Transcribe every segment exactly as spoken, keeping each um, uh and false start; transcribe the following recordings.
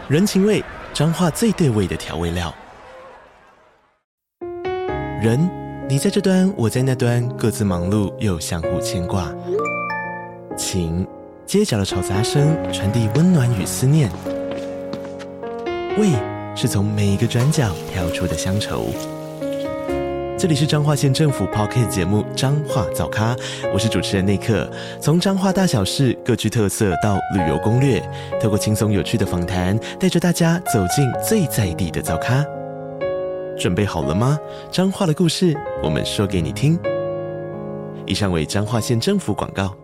人情味，彰化最对味的调味料。人，你在这端，我在那端，各自忙碌又相互牵挂。情，街角的吵杂声传递温暖与思念。味，是从每一个转角跳出的乡愁。这里是彰化县政府 Podcast 节目《彰化早咖》，我是主持人内克。从彰化大小事各具特色到旅游攻略，透过轻松有趣的访谈，带着大家走进最在地的早咖。准备好了吗？彰化的故事，我们说给你听。以上为彰化县政府广告。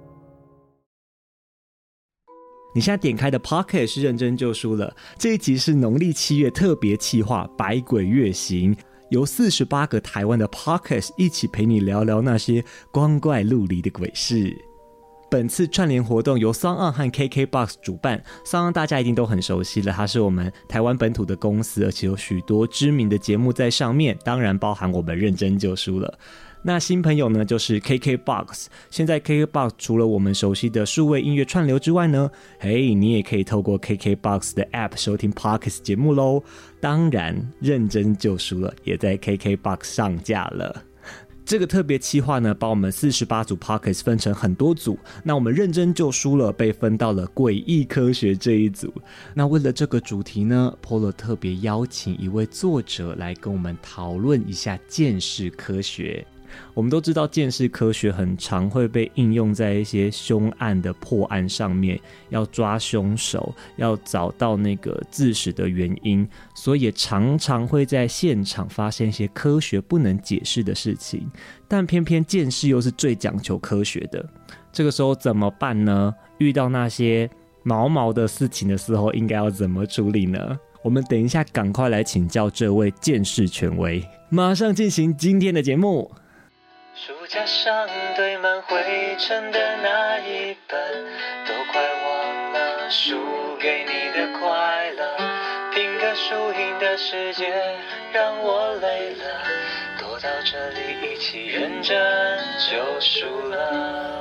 你现在点开的 Podcast 是认真就输了，这一集是农历七月特别企划百鬼月行，由四十八个台湾的 Podcast 一起陪你聊聊那些光怪陆离的鬼事。本次串联活动由 SoundOn 和 K K B O X 主办， SoundOn 大家一定都很熟悉了，它是我们台湾本土的公司，而且有许多知名的节目在上面，当然包含我们认真就输了。那新朋友呢，就是 K K B O X。 现在 K K B O X 除了我们熟悉的数位音乐串流之外呢，嘿，你也可以透过 K K B O X 的 App 收听 Podcast 节目咯。当然认真就输了也在 K K B O X 上架了。这个特别企划呢，把我们四十八组 Podcast 分成很多组，那我们认真就输了被分到了诡异科学这一组。那为了这个主题呢， Polo 特别邀请一位作者来跟我们讨论一下鉴识科学。我们都知道鉴识科学很常会被应用在一些凶案的破案上面，要抓凶手，要找到那个致死的原因，所以也常常会在现场发现一些科学不能解释的事情，但偏偏鉴识又是最讲求科学的。这个时候怎么办呢？遇到那些毛毛的事情的时候应该要怎么处理呢？我们等一下赶快来请教这位鉴识权威，马上进行今天的节目。 书架上堆满灰尘的那一本，都快忘了输给你的快乐。拼个输赢的世界让我累了，躲到这里一起认真就输了。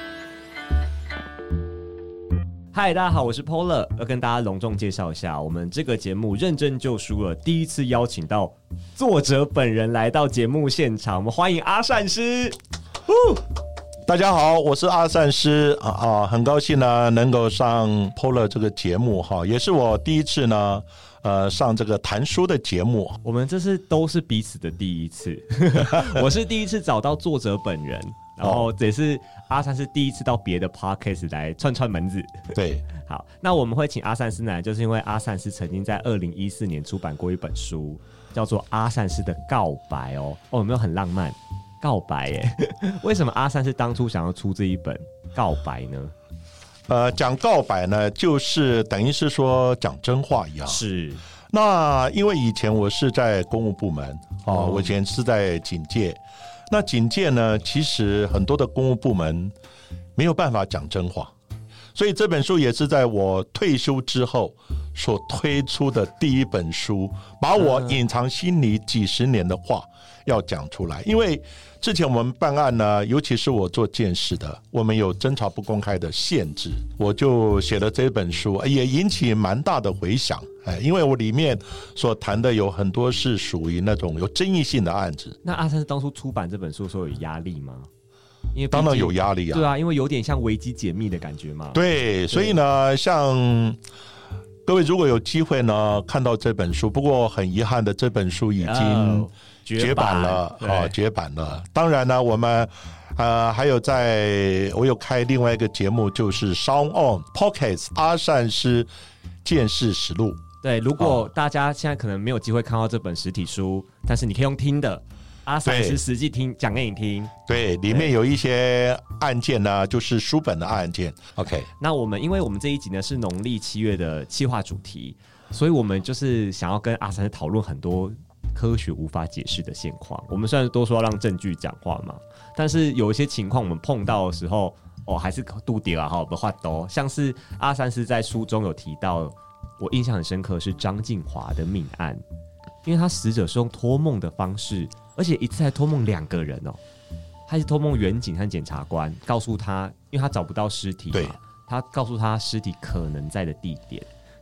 嗨，大家好，我是 Polo， 要跟大家隆重介绍一下，我们这个节目认真就输了第一次邀请到作者本人来到节目现场，我们欢迎阿善师。 大家好，我是阿善师啊啊，很高兴呢能够上 Polo 这个节目哈，也是我第一次呢呃上这个谈书的节目。 我们这是都是彼此的第一次，我是第一次找到作者本人。然后也是阿善是第一次到别的 podcast 来串串门子。 对， 好，那我们会请阿善师来，就是因为阿善师曾经在二零一四年出版过一本书，叫做《阿善师的告白》哦。哦，有没有很浪漫？告白耶？为什么阿善师当初想要出这一本告白呢？ 呃，讲告白呢，就是等于是说讲真话一样。 是。 那因为以前我是在公务部门哦，嗯、我以前是在警界。那警界呢，其实很多的公务部门没有办法讲真话，所以这本书也是在我退休之后所推出的第一本书，把我隐藏心里几十年的话要讲出来。因为之前我们办案呢，尤其是我做鉴识的，我们有侦查不公开的限制，我就写了这本书，也引起蛮大的回响。因为我里面所谈的有很多是属于那种有争议性的案子。 那阿善当初出版这本书的时候有压力吗？因为当然有压力啊。 对啊，因为有点像危机解密的感觉嘛。 对，所以呢，像各位如果有机会呢看到这本书，不过很遗憾的，这本书已经绝版了，哦，绝版了。当然呢，我们呃还有在我有开另外一个节目，就是 SoundOn Podcast 阿善师鉴识实录。 对，如果大家现在可能没有机会看到这本实体书，但是你可以用听的，阿善师实际听讲给你听。 对，里面有一些案件呢，就是书本的案件。OK， 那我们因为我们这一集呢是农历七月的企划主题，所以我们就是想要跟阿善师讨论很多科学无法解释的现况。我们虽然都说要让证据讲话嘛，但是有一些情况我们碰到的时候，哦，还是度跌啊，哈，不法度。像是阿善师在书中有提到。我印象很深刻是张静华的命案，因为他死者是用托梦的方式，而且一次还托梦两个人哦。他是托梦员警和检察官，告诉他，因为他找不到尸体嘛，他告诉他尸体可能在的地点。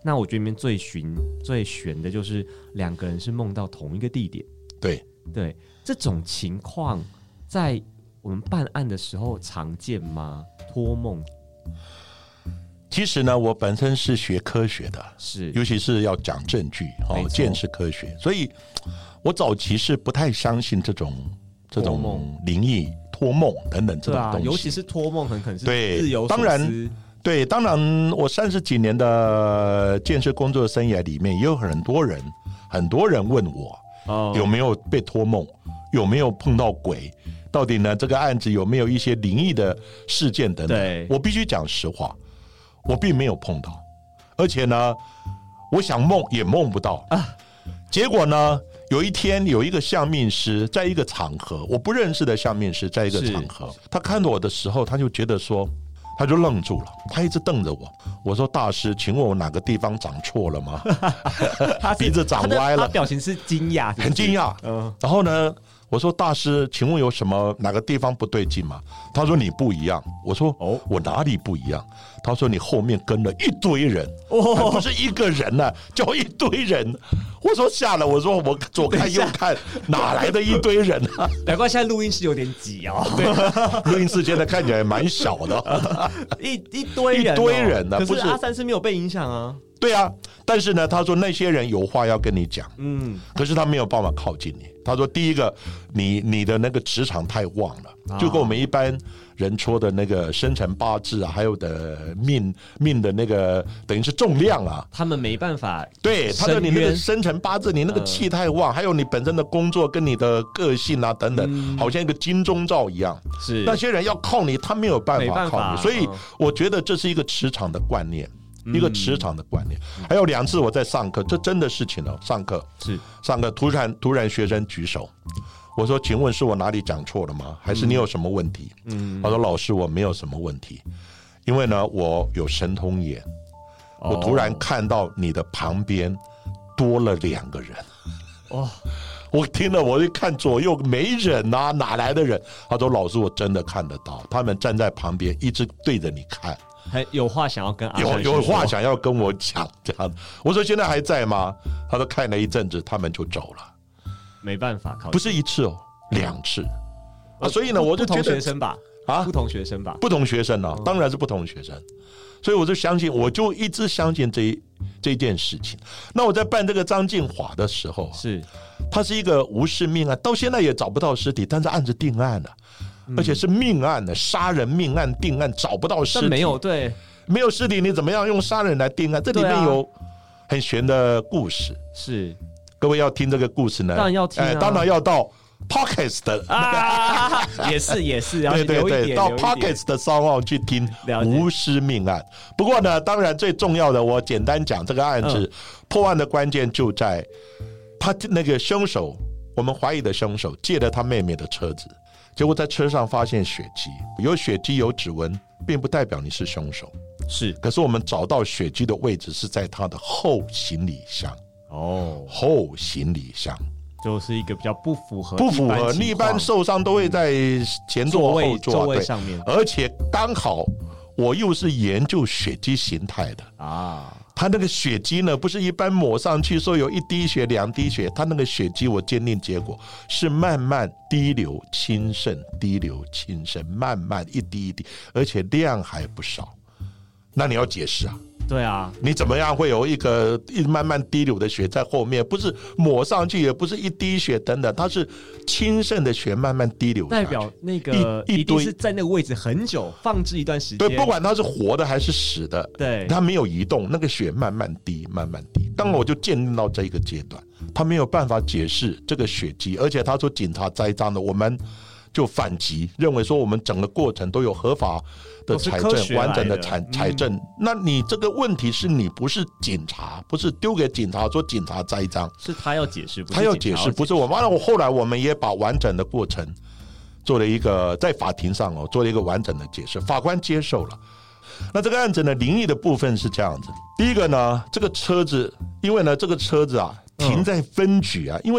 那我觉得里面最悬最悬的就是两个人是梦到同一个地点。 对对，这种情况在我们办案的时候常见吗？托梦？ 其实呢，我本身是学科学的， 是， 尤其是要讲证据哦，见识科学，所以我早期是不太相信这种这种灵异托梦等等这种东西， 对啊，尤其是托梦很可能是对自由所思。 当然，对，当然，我三十几年的建设工作生涯里面，也有很多人，很多人问我、哦、有没有被托梦，有没有碰到鬼，到底呢这个案子有没有一些灵异的事件等等。对，我必须讲实话。我并没有碰到，而且呢，我想梦也梦不到啊。结果呢，有一天有一个相命师在一个场合，我不认识的相命师在一个场合，他看到我的时候，他就觉得说，他就愣住了，他一直瞪着我。我说：“大师，请问我哪个地方长错了吗？鼻子长歪了。” 他表情是惊讶， 很惊讶。嗯，然后呢？我说大师，请问有什么哪个地方不对劲吗？他说你不一样。我说哦，我哪里不一样？他说你后面跟了一堆人，哦，不是一个人呢、啊，叫一堆人。我说吓了，我说我左看右看，哪来的一堆人啊？ 难怪现在录音室有点挤哦。 对，录音室现在看起来蛮小的， 一一堆人、哦， 一堆人呢、啊。 可是阿三是没有被影响啊。 对啊，但是呢，他说那些人有话要跟你讲，嗯，可是他没有办法靠近你。他说，第一个，你你的那个磁场太旺了，啊、就跟我们一般人说的那个生辰八字啊，还有的命命的那个等于是重量啊， 他们没办法。 对，他说你那个生辰八字，你那个气太旺，呃、还有你本身的工作跟你的个性啊等等，嗯、好像一个金钟罩一样。是那些人要靠你，他没有办法靠你，所以我觉得这是一个磁场的观念。一个磁场的观念，还有两次我在上课，这真的事情哦。上课是上课，突然突然学生举手，我说：“请问是我哪里讲错了吗？还是你有什么问题？”嗯，他说：“老师，我没有什么问题，因为呢，我有神通眼，哦、我突然看到你的旁边多了两个人。”哦，我听了，我一看左右没人啊，哪来的人？他说：“老师，我真的看得到，他们站在旁边，一直对着你看。” 还有话想要跟阿有有话想要跟我讲，这样我说现在还在吗？他说看了一阵子，他们就走了， 没办法， 不是一次哦，两次啊，所以呢，我就觉得不同学生吧，啊，不同学生吧， 不同学生啊，当然是不同学生，所以我就相信，我就一直相信这一这件事情。那我在办这个张敬华的时候，是他是一个无尸命案，到现在也找不到尸体，但是案子定案了。而且是命案的，杀人命案定案，找不到尸体， 没有对， 没有尸体，你怎么样用杀人来定案？这里面有很玄的故事。 是， 各位要听这个故事呢， 当然要听、啊，哎， 当然要到 Podcast 的、 啊，也是也是， 对对对，到 Podcast 的商号去听无尸命案。不过呢，当然最重要的，我简单讲这个案子、嗯、破案的关键就在他那个凶手，我们怀疑的凶手借了他妹妹的车子。结果在车上发现血迹，有血迹有指纹，并不代表你是凶手。是，可是我们找到血迹的位置是在他的后行李箱。哦，后行李箱就是一个比较不符合不符合，一般受伤都会在前座后座座位上面， 而且刚好我又是研究血迹形态的啊。他那个血迹呢，不是一般抹上去说有一滴血两滴血，他那个血迹我鉴定结果是慢慢滴流清渗，滴流清渗，慢慢一滴一滴，而且量还不少。那你要解释啊？ 对啊， 你怎么样会有一个一慢慢滴流的血在后面？不是抹上去，也不是一滴血等等，它是清渗的血慢慢滴流下去， 代表那个一定是在那个位置很久，放置一段时间。 对，不管它是活的还是死的， 对， 它没有移动，那个血慢慢滴，慢慢滴。当我就鉴定到这一个阶段，他没有办法解释这个血迹，而且他说警察栽赃的，我们就反击，认为说我们整个过程都有合法的财政，完整的财财政、嗯。那你这个问题是你不是警察，不是丢给警察说警察栽赃， 是他要解释， 他要解释，不是我们。我后来我们也把完整的过程做了一个在法庭上哦，做了一个完整的解释，法官接受了。那这个案子呢，灵异的部分是这样子。第一个呢，这个车子，因为呢这个车子啊停在分局啊，因为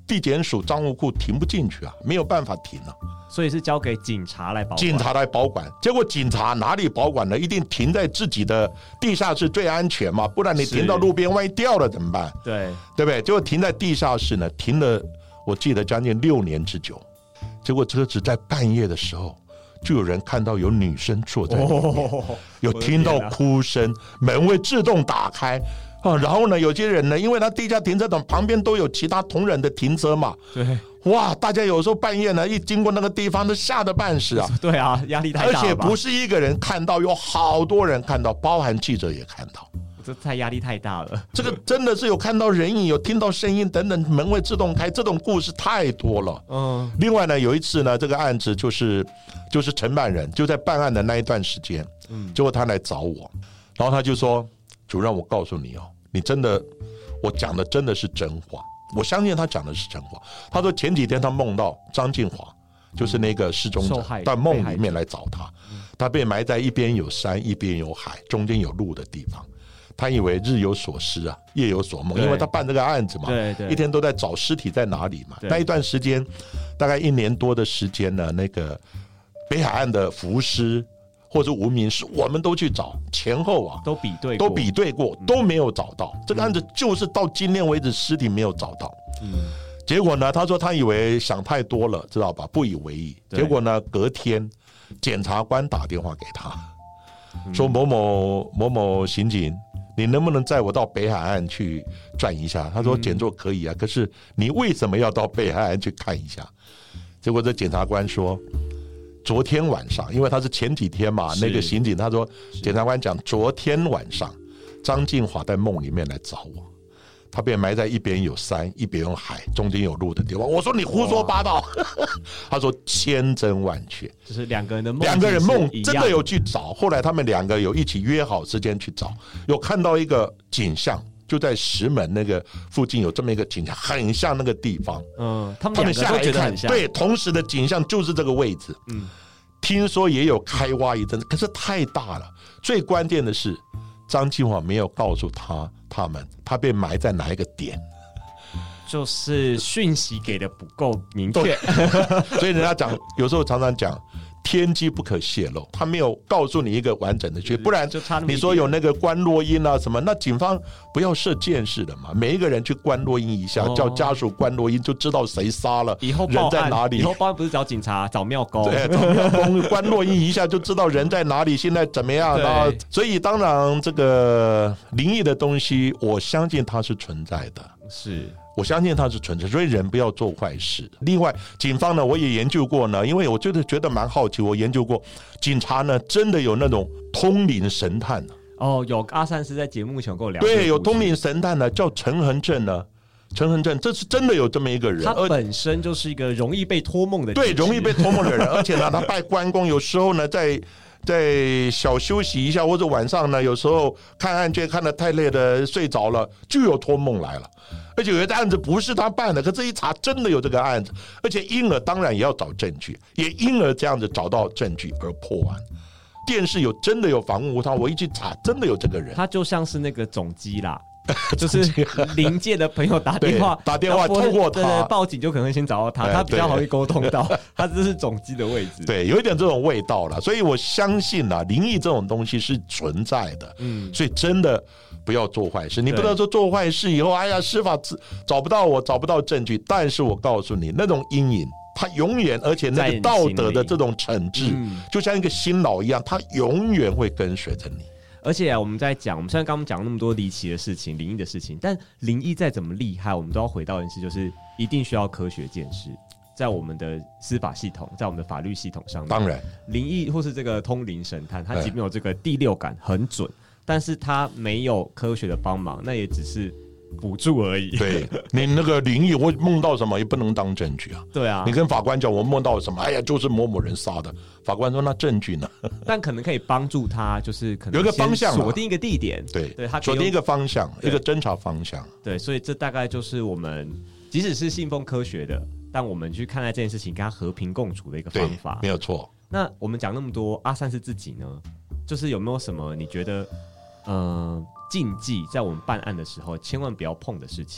地检署账户库停不进去啊，没有办法停啊， 所以是交给警察来保管。 警察来保管，结果警察哪里保管呢？一定停在自己的地下室最安全嘛，不然你停到路边，万一掉了怎么办？ 对， 对不对？结果停在地下室呢，停了我记得将近六年之久。结果车子在半夜的时候，就有人看到有女生坐在里面，哦、有听到哭声，门会自动打开。啊，然后呢，有些人呢，因为他地下停车场旁边都有其他同仁的停车嘛， 对， 哇，大家有时候半夜呢，一经过那个地方都吓得半死啊。 对啊，压力太大了吧。 而且不是一个人看到，有好多人看到，包含记者也看到。 这太压力太大了。 这个真的是有看到人影，有听到声音等等，门会自动开，这种故事太多了。嗯。另外呢，有一次呢，这个案子就是就是承办人就在办案的那一段时间，嗯，结果他来找我，然后他就说：“主任，我告诉你哦，你真的，我讲的真的是真话，我相信他讲的是真话。”他说前几天他梦到张晋华，就是那个失踪者，到梦里面来找他，他被埋在一边有山，一边有海，中间有路的地方。他以为日有所思啊，夜有所梦，因为他办这个案子嘛， 对对， 一天都在找尸体在哪里嘛。那一段时间，大概一年多的时间呢，那个北海岸的浮尸或者无名尸，我们都去找，前后啊都比对过， 都比对过，都没有找到。嗯、这个案子就是到今天为止，尸体没有找到。嗯，结果呢，他说他以为想太多了，知道吧？不以为意。结果呢，隔天检察官打电话给他，说某某某某刑警。你能不能载我到北海岸去转一下？他说检座可以啊，可是你为什么要到北海岸去看一下？结果这检察官说，昨天晚上，因为他是前几天嘛，那个刑警他说，检察官讲昨天晚上张晋华在梦里面来找我，他被埋在一边有山，一边有海，中间有路的地方。我说你胡说八道，他说千真万确， 就是两个人的梦， 两个人梦真的有去找。后来他们两个有一起约好时间去找，有看到一个景象，就在石门那个附近有这么一个景象，很像那个地方。 嗯，他们两个都觉得很像， 对，同时的景象就是这个位置。嗯，听说也有开挖一阵子，可是太大了。最关键的是，张晋华没有告诉他他们，他被埋在哪一个点。 就是讯息给的不够明确， 所以人家讲，有时候常常讲天机不可泄露，他没有告诉你一个完整的讯息，不然你说有那个关落音啊什么，那警方不要设监视的嘛，每一个人去关落音一下，哦、叫家属关落音，就知道谁杀了， 以后人在哪里。 以后报案不是找警察，找庙公， 对，找庙公关落音一下就知道人在哪里，现在怎么样。然后，所以当然这个灵异的东西，我相信它是存在的， 是。 我相信它是存在，所以人不要做坏事。另外，警方呢，我也研究过呢，因为我觉得觉得蛮好奇，我研究过，警察呢真的有那种通灵神探呢。 哦，有阿善师在节目前跟我聊， 对，有通灵神探呢，叫陈恒正呢。陈恒正，这是真的有这么一个人， 他本身就是一个容易被托梦的人， 对，容易被托梦的人，而且呢，他拜关公，有时候呢，在。在小休息一下，或者晚上呢，有时候看案件看得太累了，睡着了，就有托梦来了。而且有的案子不是他办的，可这一查真的有这个案子，而且因而当然也要找证据，也因而这样子找到证据而破案。电视有真的有访问他，我一去查，真的有这个人， 他就像是那个总机啦。就是临界的朋友打电话， 打电话透过他， 对对，报警就可能先找到他，他比较容易沟通到，他这是总机的位置， 对，有一点这种味道了。所以我相信啊，灵异这种东西是存在的，嗯，所以真的不要做坏事。你不能说做坏事以后，哎呀，司法找不到我，找不到证据，但是我告诉你，那种阴影。他永远，而且那个道德的这种惩治，就像一个辛劳一样，他永远会跟随着你。 而且、啊、我们在讲，我们虽然刚刚讲那么多离奇的事情、灵异的事情，但灵异再怎么厉害，我们都要回到一件事，就是一定需要科学检视。在我们的司法系统，在我们的法律系统上面， 当然， 灵异或是这个通灵神探，他即便有这个第六感很准，但是他没有科学的帮忙，那也只是辅助而已。 对，你那个灵异，我梦到什么也不能当证据啊。 对啊， 你跟法官讲我梦到什么，哎呀，就是某某人杀的。法官说那证据呢？ 但可能可以帮助他，就是可能有一个方向， 锁定一个地点。 对， 对，他锁定一个方向，一个侦查方向。 对，所以这大概就是我们即使是信奉科学的，但我们去看待这件事情，跟他和平共处的一个方法。 没有错。 那我们讲那么多，阿善是自己呢，就是有没有什么你觉得呃？禁忌在我们办案的时候千万不要碰的事情？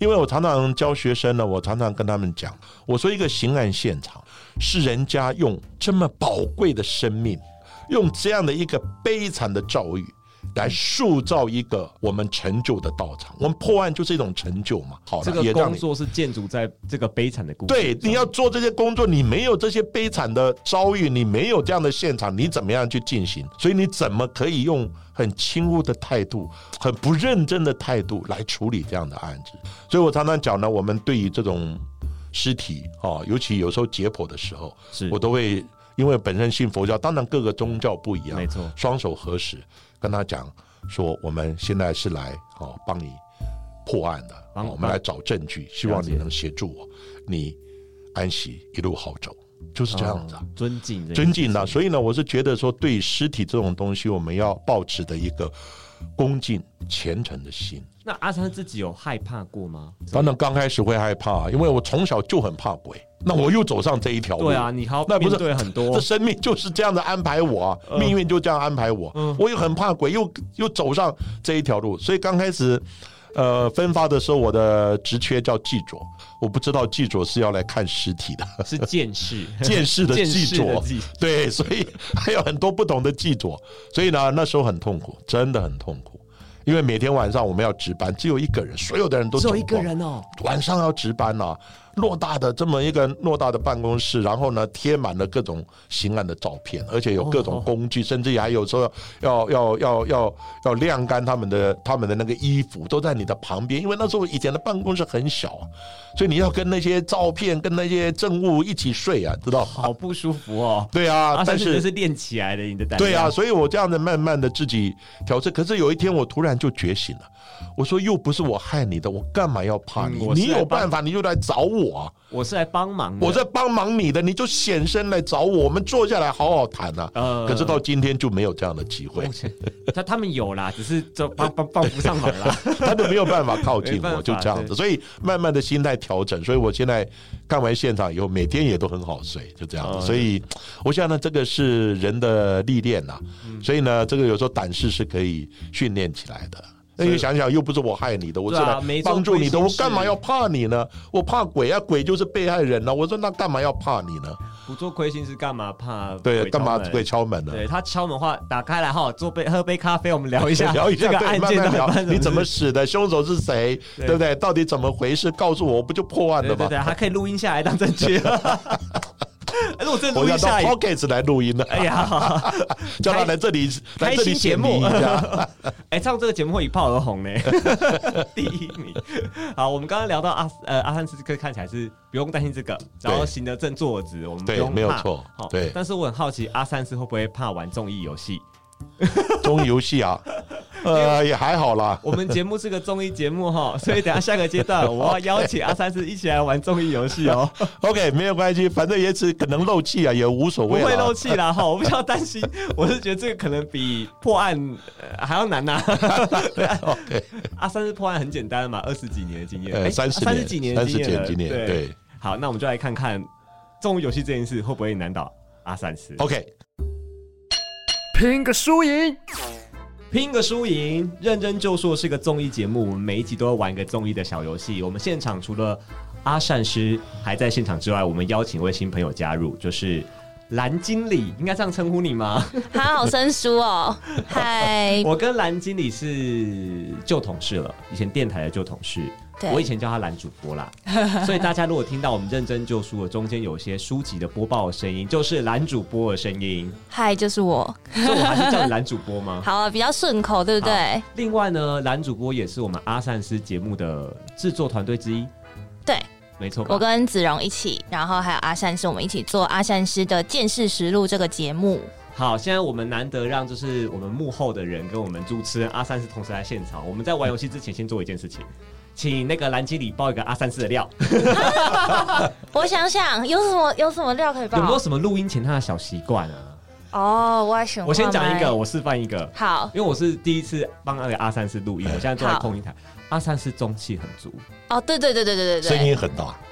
因为我常常教学生呢，我常常跟他们讲，我说一个刑案现场是人家用这么宝贵的生命，用这样的一个悲惨的遭遇来塑造一个我们成就的道场。我们破案就是一种成就嘛。好了， 这个工作是建筑在这个悲惨的故事。 对，你要做这些工作，你没有这些悲惨的遭遇，你没有这样的现场，你怎么样去进行？所以你怎么可以用很轻忽的态度、很不认真的态度来处理这样的案子？所以我常常讲呢，我们对于这种尸体啊，尤其有时候解剖的时候，我都会因为本身信佛教，当然各个宗教不一样， 没错， 双手合十跟他讲说，我们现在是来哦帮你破案的，哦、我们来找证据，希望你能协助我，你安息一路好走，就是这样子、啊哦， 尊敬尊敬的、啊。所以呢，我是觉得说，对尸体这种东西，我们要抱持的一个恭敬虔诚的心。 那阿三自己有害怕过吗？ 当然刚开始会害怕、啊，因为我从小就很怕鬼。那我又走上这一条路， 对啊，你还要面对很多， 这生命就是这样的安排我、啊呃、命运就这样安排我，嗯、我又很怕鬼，又又走上这一条路，所以刚开始，呃，分发的时候，我的职缺叫记佐，我不知道记佐是要来看尸体的， 是见识， 见识的记佐，对，所以还有很多不同的记佐，所以呢，那时候很痛苦，真的很痛苦。因为每天晚上我们要值班，只有一个人，所有的人都走光， 只有一个人哦。 晚上要值班啊，偌大的这么一个偌大的办公室，然后呢贴满了各种刑案的照片，而且有各种工具，哦哦甚至还有时候要要要要要晾干他们的他们的那个衣服，都在你的旁边。因为那时候以前的办公室很小啊，所以你要跟那些照片、跟那些证物一起睡啊，知道吗？ 好不舒服哦。 对啊， 啊但是这是练起来的，你的胆量。 对啊，所以我这样子慢慢的自己调整。可是有一天我突然就觉醒了，我说又不是我害你的，我干嘛要怕你？嗯、你有办法你就来找我啊！ 我是来帮忙的， 我在帮忙你的，你就显身来找我，我们坐下来好好谈啊。呃、可是到今天就没有这样的机会。 他他们有啦，只是就帮帮帮不上忙啦， 他都没有办法靠近我，就这样子。所以慢慢的心态调整，所以我现在看完现场以后，每天也都很好睡，就这样子。呃、所以我想呢，这个是人的历练呐、嗯，所以呢，这个有时候胆识是可以训练起来的。那你想想，又不是我害你的，我是来帮助你的，我干嘛要怕你呢？我怕鬼啊，鬼就是被害人啊。我说那干嘛要怕你呢？ 不做亏心事干嘛怕？ 对，干嘛鬼敲门呢？ 对，他敲门话打开来哈，做杯喝杯咖啡，我们聊一下， 聊一下这个案件的聊，你怎么死的，凶手是谁，对不对？到底怎么回事？告诉我，我不就破案了吗？ 对对对，还可以录音下来当证据。哎，我真的录音下来， 我要到 Podcast 来录音了。 哎呀， 叫他来这里开新节目一下。哎，唱这个节目会一炮而红呢，第一名。好，我们刚刚聊到阿呃阿三师哥看起来是不用担心这个，然后行得正坐直，我们不用怕， 没有错。对， 但是我很好奇，阿三师会不会怕玩综艺游戏？ 综艺游戏啊，呃，也还好啦。 我们节目是个综艺节目哈，所以等一下下个阶段我要邀请阿三师一起来玩综艺游戏哦。 OK， 没有关系，反正也是可能漏气啊，也无所谓。 不会漏气啦哈，我不需要担心。我是觉得这个可能比破案、呃、还要难呐、啊。OK， 阿三师破案很简单嘛，二十几年的经验， 呃，三十三十几年的经验了， 经验对。对， 好，那我们就来看看综艺游戏这件事会不会难倒阿三师。 OK。 拼个输赢，拼个输赢，认真就说是个综艺节目，我们每一集都要玩一个综艺的小游戏。我们现场除了阿善师还在现场之外，我们邀请一位新朋友加入，就是蓝经理，应该这样称呼你吗？ 他好生疏哦。嗨， 我跟蓝经理是旧同事了，以前电台的旧同事。我以前叫他蓝主播啦，所以大家如果听到我们认真就书的中间有些书籍的播报的声音，就是蓝主播的声音。 嗨，就是我。 所以我还是叫你蓝主播吗？ 好啊，比较顺口，对不对？ 另外呢，蓝主播也是我们阿善师节目的制作团队之一。 对， 没错。 我跟子荣一起，然后还有阿善师，我们一起做阿善师的《见识实录》这个节目。 好，现在我们难得让就是我们幕后的人跟我们主持人阿善师同时来现场。我们在玩游戏之前，先做一件事情。请那个蓝经理爆一个阿三师的料。 我想想，有什么有什么料可以爆？ 有没有什么录音前他的小习惯啊？ 哦，我想我先讲一个，我示范一个。 好， 因为我是第一次帮那个阿三师录音，我现在坐在控音台。阿三师中气很足。 哦，对对对对对对对， 声音很大。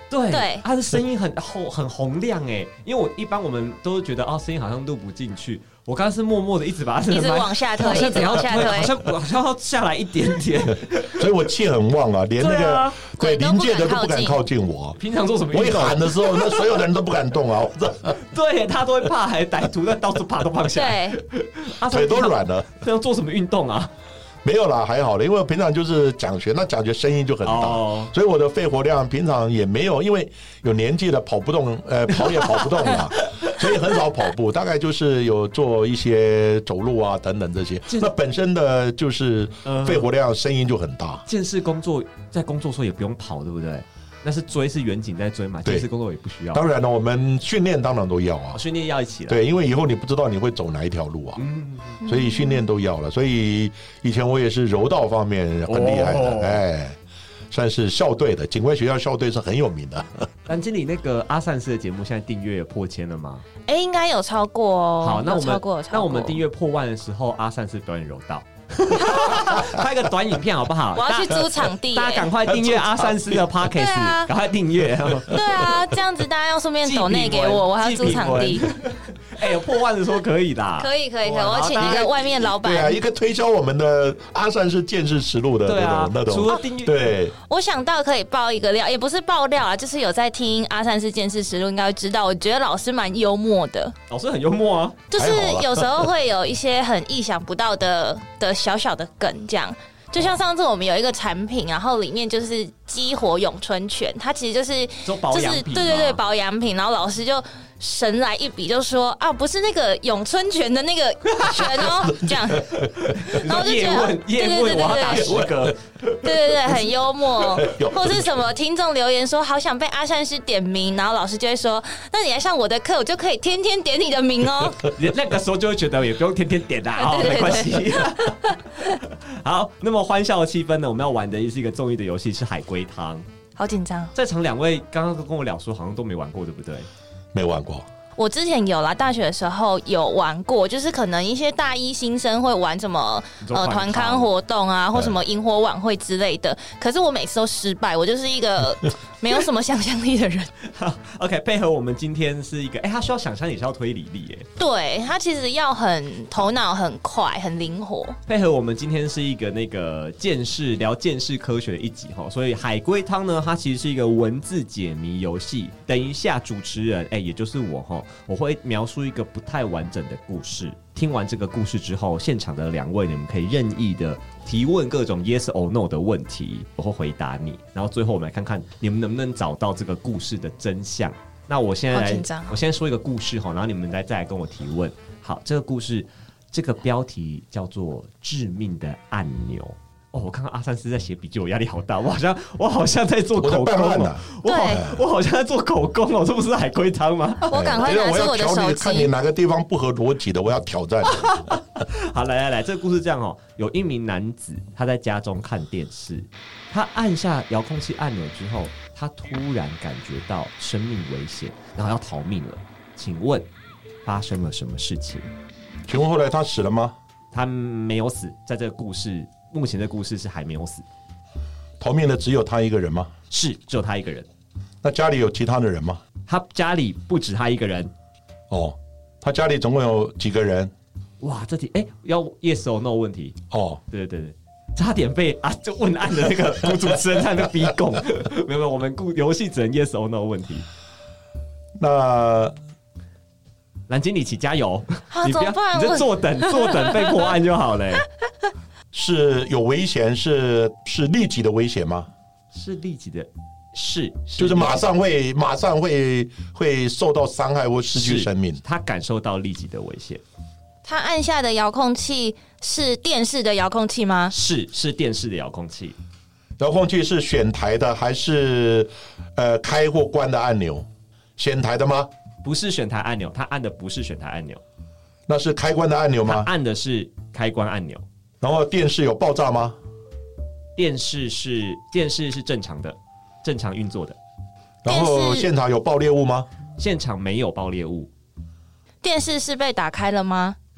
对对他的声音很洪很洪亮哎，因为我一般我们都觉得哦，声音好像录不进去。我刚刚是默默的一直把它一直往下推，一直往下推， 好像好像要下来一点点， 所以我气很旺啊，连那个对临界的都不敢靠近我。 平常做什么运动？ 我一喊的时候，那所有的人都不敢动啊。 对，他都会怕，还歹徒在到处爬都放下来， 对， 腿都软了。 这样做什么运动啊？ 没有啦，还好了，因为我平常就是讲学，那讲学声音就很大，哦、所以我的肺活量平常也没有，因为有年纪了跑不动，呃，跑也跑不动了，所以很少跑步，大概就是有做一些走路啊等等这些。那本身的就是肺活量，声音就很大。 健视工作在工作时候也不用跑，对不对？那是追是远景在追嘛，健视工作也不需要。 当然了，我们训练当然都要啊， 训练要一起了。 对，因为以后你不知道你会走哪一条路啊，嗯、所以训练都要了。所以以前我也是柔道方面很厉害的，哦、哎，算是校队的，警卫学校校队是很有名的。 蓝经理，那个阿善师的节目现在订阅破千了吗？ 哎、欸，应该有超过哦。 好，那我们过那我们订阅破万的时候，阿善师表演柔道。拍个短影片好不好？ 我要去租场地、欸， 大家赶快订阅阿善师的 Podcast， 赶、啊、快订阅。 对啊，这样子大家要顺便抖内给我，我还要租场地。 哎、欸，有破万的说可以的， 可以可以可以，我请一个外面老板。 对啊，一个推销我们的阿善是健视实录的那种那种。 除了订阅， 对， 我想到可以爆一个料，也不是爆料啊，就是有在听阿善是健视实录，应该会知道。我觉得老师蛮幽默的， 老师很幽默啊， 就是有时候会有一些很意想不到的的小小的梗，这样。就像上次我们有一个产品，然后里面就是激活咏春拳，它其实就是就是对对对保养品，然后老师就神来一笔就说啊，不是那个咏春拳的那个拳哦，这样，然后就觉得叶问我要打十个， 对对对，很幽默，或是什么听众留言说好想被阿善师点名，然后老师就会说，那你来上我的课，我就可以天天点你的名哦。 那个时候就会觉得也不用天天点啦，哦，没关系。好，那么欢笑的气氛呢？我们要玩的是一个综艺的游戏，是海龟汤。 好紧张！ 在场两位刚刚跟我聊说，好像都没玩过，对不对？ 没玩过。 我之前有啦，大学的时候有玩过，就是可能一些大一新生会玩什么呃团康活动啊，或什么萤火晚会之类的。可是我每次都失败，我就是一个没有什么想象力的人。 OK， 配合我们今天是一个，哎、欸，他需要想象也是要推理力耶。 对，他其实要很头脑很快，很灵活。 配合我们今天是一个那个见识聊见识科学的一集哈，所以海龟汤呢，它其实是一个文字解谜游戏。等一下主持人，哎、欸，也就是我哈。我会描述一个不太完整的故事，听完这个故事之后，现场的两位你们可以任意的提问各种 yes or no 的问题，我会回答你，然后最后我们来看看你们能不能找到这个故事的真相。那我现在来，我现在说一个故事，然后你们来再来跟我提问。好，这个故事这个标题叫做致命的按钮。哦，我看到阿善师在写笔记，我压力好大，我好像我好像在做口供哦，我好我好像在做口供哦，这不是海龟汤吗？ 我赶快拿出我的手机， 看你哪个地方不合逻辑的，我要挑战你。 好，来来来，这个故事这样哦，有一名男子他在家中看电视，他按下遥控器按钮之后，他突然感觉到生命危险，然后要逃命了。请问发生了什么事情？ 请问后来他死了吗？ 他没有死，在这个故事。目前的故事是还没有死， 逃命的只有他一个人吗？ 是，只有他一个人。 那家里有其他的人吗？ 他家里不止他一个人。 哦，他家里总共有几个人？ 哇，这题哎、欸，要 yes or no 问题哦。 对对对，差点被啊，就问案的那个主持人在那逼供。没有没有，我们游戏只能 yes or no 问题。 那蓝经理，请加油！ 啊、 你不要，你就坐等坐等被破案就好了、欸。 是有危险，是是立即的危险吗？ 是立即的，是就是马上会马上会会受到伤害或失去生命。 他感受到立即的危险。 他按下的遥控器是电视的遥控器吗？ 是，是电视的遥控器。 遥控器是选台的还是呃开或关的按钮？选台的吗？ 不是选台按钮，他按的不是选台按钮。 那是开关的按钮吗？ 他按的是开关按钮。 然后电视有爆炸吗？ 电视是电视是正常的，正常运作的。 然后现场有爆裂物吗？ 现场没有爆裂物。 电视是被打开了吗？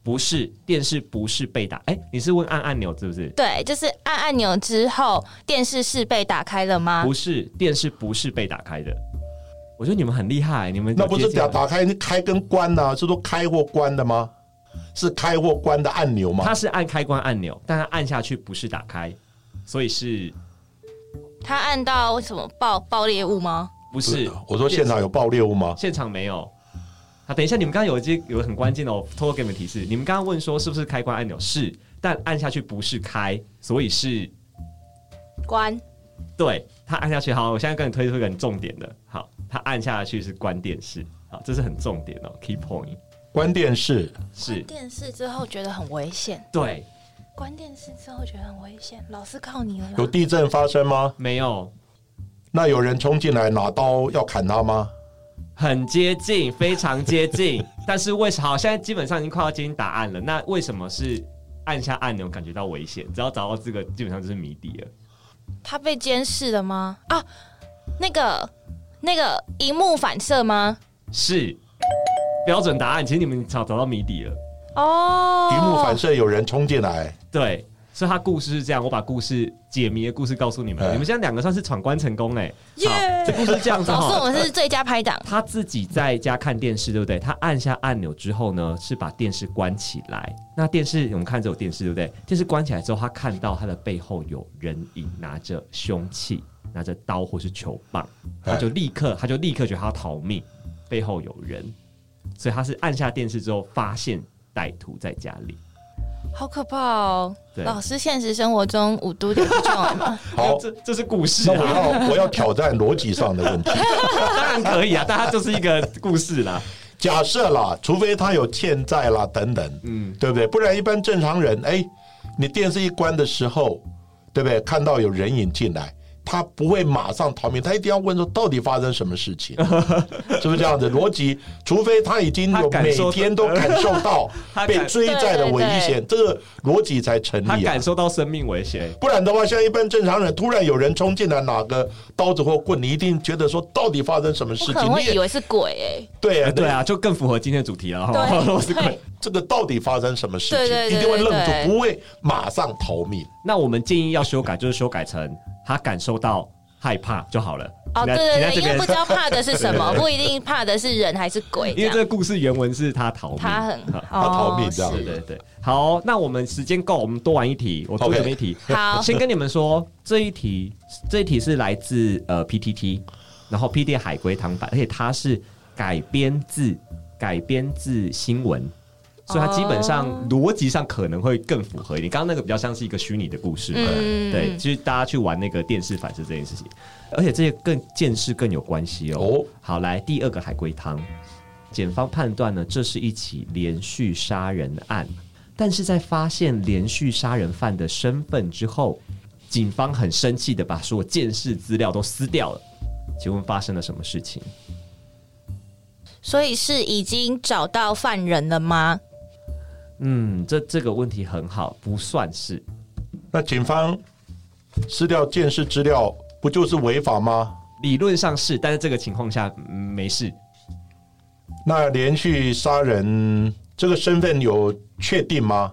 不是，电视不是被打。哎，你是问按按钮是不是？ 对，就是按按钮之后，电视是被打开了吗？ 不是，电视不是被打开的。我觉得你们很厉害，你们那不是打打开开跟关啊？是说开或关的吗？是开或关的按钮吗？ 它是按开关按钮，但它按下去不是打开，所以是他按到什么爆爆猎物吗？ 不是， 我说现场有爆猎物吗？ 现场没有。啊，等一下，你们刚刚有一些有很关键的，我偷偷给你们提示。你们刚刚问说是不是开关按钮？是，但按下去不是开，所以是关。 对，他按下去，好，我现在跟你推出一个很重点的，好，他按下去是关电视，好，这是很重点哦 ，key point。 关电视是关电视之后觉得很危险， 对， 关电视之后觉得很危险，老师靠你了啦。 有地震发生吗？ 没有。 那有人冲进来拿刀要砍他吗？ 很接近，非常接近，但是为什么？好，现在基本上已经快要接近答案了。那为什么是按下按钮感觉到危险？只要找到这个，基本上就是谜底了。 他被监视了吗？啊，那个那个荧幕反射吗？ 是标准答案。其实你们找找到谜底了。 哦， 荧幕反射有人冲进来， 对。所以他故事是这样，我把故事解谜的故事告诉你们。嗯、你们现在两个算是闯关成功嘞！耶、yeah! 这故事这样子， 老师，我们是最佳拍档。 他自己在家看电视，对不对？他按下按钮之后呢，是把电视关起来。那电视我们看这有电视，对不对？电视关起来之后，他看到他的背后有人影，拿着凶器，拿着刀或是球棒，他就立刻，他就立刻觉得他要逃命，背后有人，所以他是按下电视之后发现歹徒在家里。 好可怕哦！老师，现实生活中五都点不重要吗？ 好，这这是故事、啊。 那我要我要挑战逻辑上的问题。 当然可以啊，但它就是一个故事啦。 假设啦，除非他有欠债啦等等，嗯，对不对？不然一般正常人，哎，你电视一关的时候，对不对？看到有人影进来，他不会马上逃命，他一定要问说到底发生什么事情，是不是这样子？逻辑，除非他已经有每天都感受到被追债的危险，这个逻辑才成立、啊。 他感受到生命危险， 不然的话，像一般正常人，突然有人冲进来拿个刀子或棍，你一定觉得说到底发生什么事情？ 可能会以为是鬼哎、欸。 对啊， 对啊，就更符合今天的主题了。 对， 是鬼。 这个到底发生什么事情？ 对对对对对， 一定会愣住，不会马上逃命。 那我们建议要修改，就是修改成他感受到害怕就好了。 哦，对对对，因为不知道怕的是什么，不一定怕的是人还是鬼。 因为这个故事原文是他逃命， 他很他逃命这样。 对对对，好，那我们时间够，我们多玩一题，我多准备一题。 好， 先跟你们说，这一题这一题是来自呃 P T T， 然后 P D 海龟汤版，而且它是改编自改编自新闻。所以它基本上逻辑上可能会更符合一点。刚刚那个比较像是一个虚拟的故事嘛，嗯、对，就是大家去玩那个电视反射这件事情，而且这些更见识更有关系哦。哦好，来第二个海龟汤，检方判断呢，这是一起连续杀人案，但是在发现连续杀人犯的身份之后，警方很生气的把所有鉴识资料都撕掉了。请问发生了什么事情？ 所以是已经找到犯人了吗？ 嗯，这这个问题很好，不算是。 那警方撕掉鉴识资料，不就是违法吗？ 理论上是，但是这个情况下、嗯、没事。 那连续杀人这个身份有确定吗？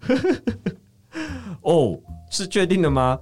哦，是确定的吗？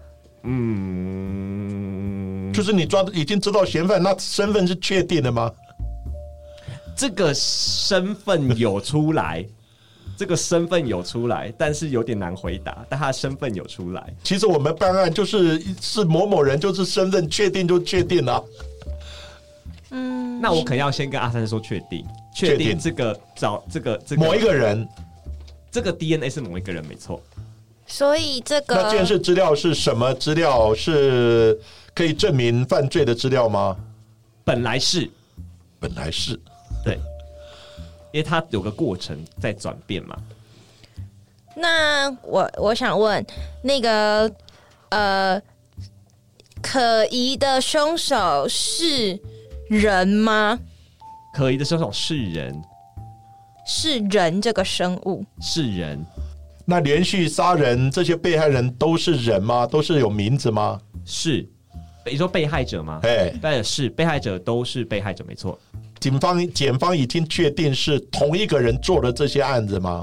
嗯， 就是你抓已经知道嫌犯，那身份是确定的吗？ 这个身份有出来。这个身份有出来，但是有点难回答。但他的身份有出来。 其实我们办案就是是某某人，就是身份确定就确定了。 嗯， 那我可能要先跟阿三说确定，确定这个找这个这个某一个人， 这个 D N A 是某一个人没错。 所以这个那鉴识资料是什么资料？是可以证明犯罪的资料吗？ 本来是， 本来是， 对。因为它有个过程在转变嘛。 那我我想问，那个呃，可疑的凶手是人吗？ 可疑的凶手是人， 是人这个生物是人。 那连续杀人这些被害人都是人吗？都是有名字吗？ 是。你说被害者吗？ 哎， 对，是被害者都是被害者，没错。 警方、检方已经确定是同一个人做了这些案子吗？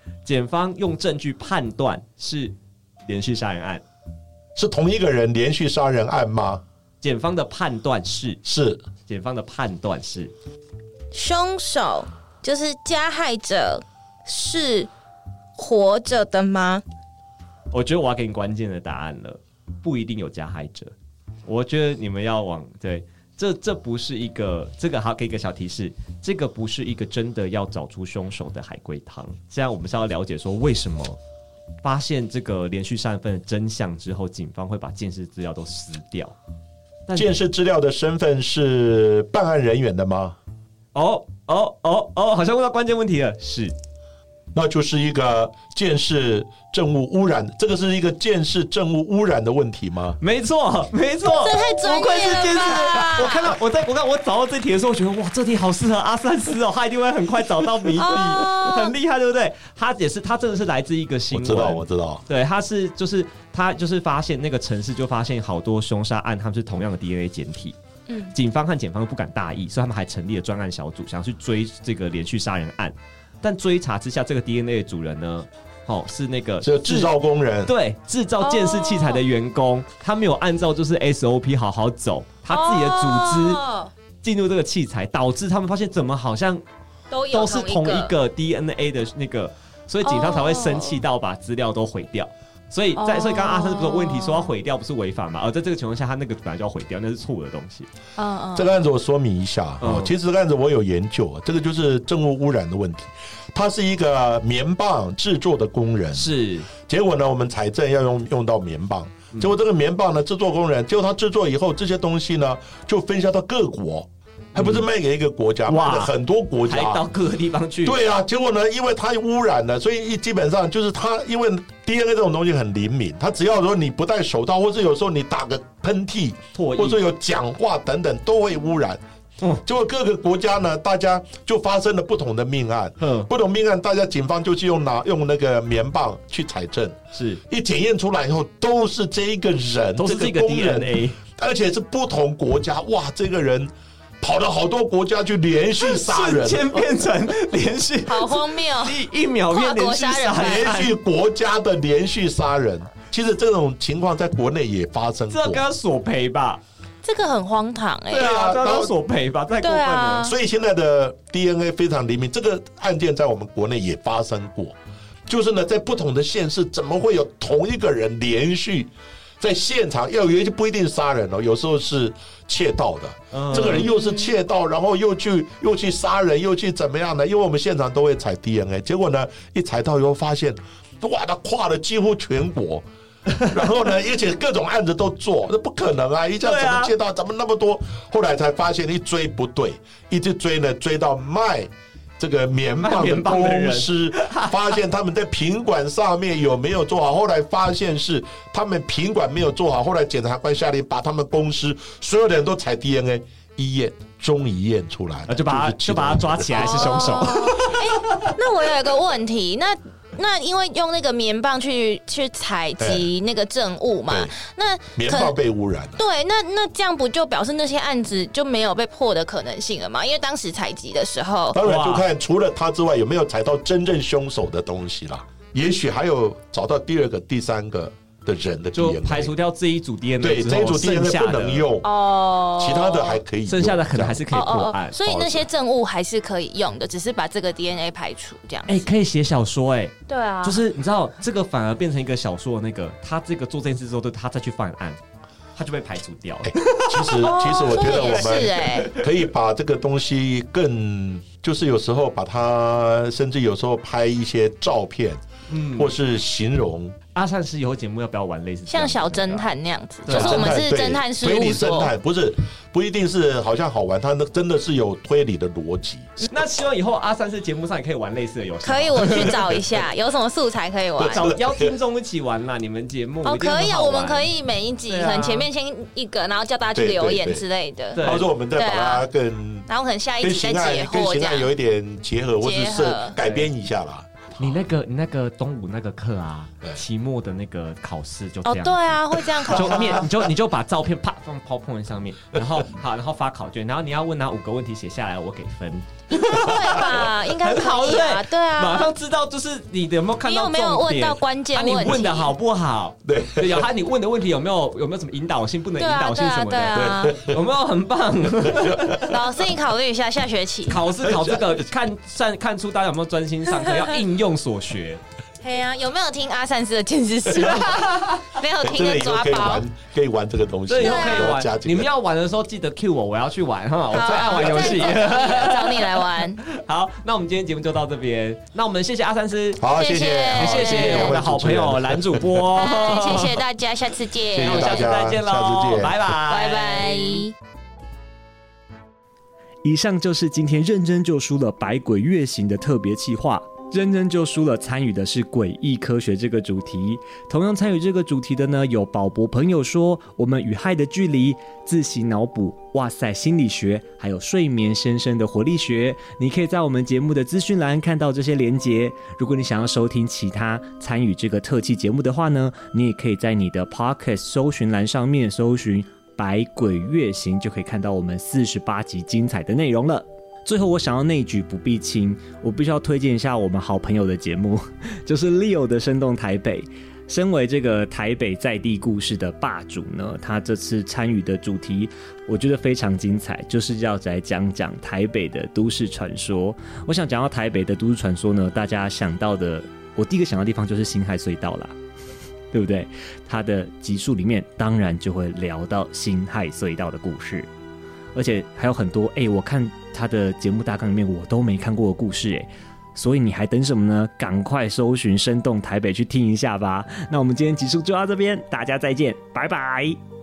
检方用证据判断是连续杀人案， 是同一个人连续杀人案吗？ 检方的判断是是， 检方的判断是凶手就是加害者是活着的吗？ 我觉得我要给你关键的答案了，不一定有加害者。我觉得你们要往对，这这不是一个这个好给一个小提示，这个不是一个真的要找出凶手的海龟汤。现在我们是要了解说为什么发现这个连续杀人犯的真相之后，警方会把鉴识资料都撕掉。 鉴识资料的身份是办案人员的吗？ 哦哦哦哦，好像问到关键问题了，是。 那就是一个鉴识证物污染，这个是一个鉴识证物污染的问题吗？ 没错，没错， 这太专业了吧！ 我看到我在我看我找到这题的时候，我觉得哇，这题好适合阿三斯哦，他一定会很快找到谜底，哦、很厉害，对不对？他也是，他真的是来自一个新闻， 我知道，我知道， 对，他是就是他就是发现那个城市就发现好多凶杀案，他们是同样的 D N A 检体。嗯，警方和检方都不敢大意，所以他们还成立了专案小组，想去追这个连续杀人案。但追查之下，这个 D N A 的主人呢，哦，是那个是制造工人， 对，制造鉴识器材的员工，哦、他没有按照就是 S O P 好好走，他自己的组织进入这个器材，导致他们发现怎么好像都都是同一个 D N A 的那个，所以警方才会生气到把资料都毁掉。所以在所以刚刚阿三不是有问题说要毁掉不是违法嘛？而在这个情况下，他那个本来就要毁掉，那是错误的东西。 嗯嗯， 这个案子我说明一下，嗯、其实这个案子我有研究，这个就是证物污染的问题。他是一个棉棒制作的工人， 是。结果呢，我们采证要用用到棉棒，嗯、结果这个棉棒呢，制作工人，结果他制作以后，这些东西呢就分销到各国。还不是卖给一个国家，卖给很多国家， 还到各个地方去。 对啊，结果呢，因为它污染了，所以基本上就是它，因为 D N A 这种东西很灵敏，它只要说你不戴手套，或者有时候你打个喷嚏，或者有讲话等等，都会污染。嗯，结果各个国家呢，大家就发生了不同的命案。嗯，不同命案，大家警方就去用拿用那个棉棒去采证， 是一检验出来以后，都是这一个人， 都是这个 D N A， 而且是不同国家。哇，这个人跑了好多国家去连续杀人， 瞬间变成连续， 好荒谬！ 一一秒变连续杀人， 连续国家的连续杀人。其实这种情况在国内也发生过， 这要跟他索赔吧？ 这个很荒唐哎、欸！ 对啊，这要索赔吧？太过分了、啊。 所以现在的 D N A 非常灵敏，这个案件在我们国内也发生过。就是呢，在不同的县市，怎么会有同一个人连续在现场？要有一些不一定杀人哦，有时候是窃盗的。嗯、这个人又是窃盗，然后又去又去杀人，又去怎么样呢？因为我们现场都会采 D N A， 结果呢，一采到以后发现，哇，他跨了几乎全国。然后呢，而且各种案子都做，这不可能啊！一下怎么窃盗，怎么那么多？后来才发现一追不对，一直追呢，追到卖这个棉棒的公司，发现他们在品管上面有没有做好？后来发现是他们品管没有做好，后来检察官下令把他们公司所有的人都采 D N A， 一验终于验出来了， 就把他就把他抓起来是凶手。 哦欸、那我有一个问题，那。那因为用那个棉棒去去采集那个证物嘛，那棉棒被污染了。 对，那那这样不就表示那些案子就没有被破的可能性了吗？因为当时采集的时候， 当然就看除了他之外有没有采到真正凶手的东西啦。也许还有找到第二个、第三个的人的 D N A， 就排除掉这一组 D N A， 对，这一组 D N A 不能用哦，其他的还可以用， 剩下的可能还是可以破案。 哦哦哦，所以那些证物还是可以用的，只是把这个 D N A 排除这样子。 哎、欸，可以写小说哎、欸， 对啊， 就是你知道这个反而变成一个小说的那个，他这个做这件事之后，他再去犯案。他就被排除掉了。欸、 其实，其实我觉得我们可以把这个东西更，就是有时候把它，甚至有时候拍一些照片，嗯，或是形容。 阿善师以后节目要不要玩类似像小侦探那样子？就是我们是侦探事务所， 推理侦探不是不一定是好像好玩，它真的是有推理的逻辑。 那希望以后阿善师节目上也可以玩类似的游戏。 可以，我去找一下有什么素材可以玩， 找邀听众一起玩啦。你们节目哦，可以啊，我们可以每一集可能前面先一个，然后叫大家去留言之类的。 对，到时候我们再把它更， 然后可能下一集再结合， 跟刑案有一点结合，或者是改编一下啦。 你那个你那个东吴那个课啊， 期末的那个考试就这样。 哦，对啊，会这样考。 就面你就你就把照片啪放 PowerPoint 上面，然后好，然后发考卷，然后你要问哪五个问题写下来，我给分。 对吧？应该可以啊，对啊， 马上知道就是你有没有看到重点， 你有没有问到关键问题？ 啊、你问的好不好？ 对， 对，有他你问的问题有没有有没有什么引导性，不能引导性什么的？ 对啊，对啊， 对，有没有很棒？ 老师，你考虑一下下学期考试考这个，看看看出大家有没有专心上课，要应用所学。 对啊，有没有听阿善师的见识史？没有听的抓包， 可以玩这个东西， 对，以后可以玩。你们要玩的时候记得 cue 我，我要去玩哈，我最爱玩游戏， 找你来玩。 好，那我们今天节目就到这边，那我们谢谢阿善师， 好，谢谢， 谢谢我们的好朋友蓝主播， 谢谢大家，下次见， 谢谢大家， 下次再见喽， 下次见， 拜拜， 拜拜。 以上就是今天认真就输了百鬼月行的特别企划。认真就输了参与的是诡异科学这个主题，同样参与这个主题的呢有宝博朋友说我们与害的距离、自行脑补、哇塞心理学，还有睡眠先生的活力学。你可以在我们节目的资讯栏看到这些连结。如果你想要收听其他参与这个特辑节目的话呢，你也可以在你的 Podcast 搜寻栏上面搜寻百鬼月行，就可以看到我们四十八集精彩的内容了。最后我想要内举不避亲，我必须要推荐一下我们好朋友的节目，就是 Leo 的生动台北。身为这个台北在地故事的霸主呢，他这次参与的主题我觉得非常精彩，就是要来讲讲台北的都市传说。我想讲到台北的都市传说呢，大家想到的，我第一个想到的地方就是辛亥隧道啦，对不对？他的集数里面当然就会聊到辛亥隧道的故事，而且还有很多哎、欸，我看他的节目大纲里面我都没看过的故事哎、欸，所以你还等什么呢？赶快搜寻生动台北去听一下吧。那我们今天集数就到这边，大家再见，拜拜。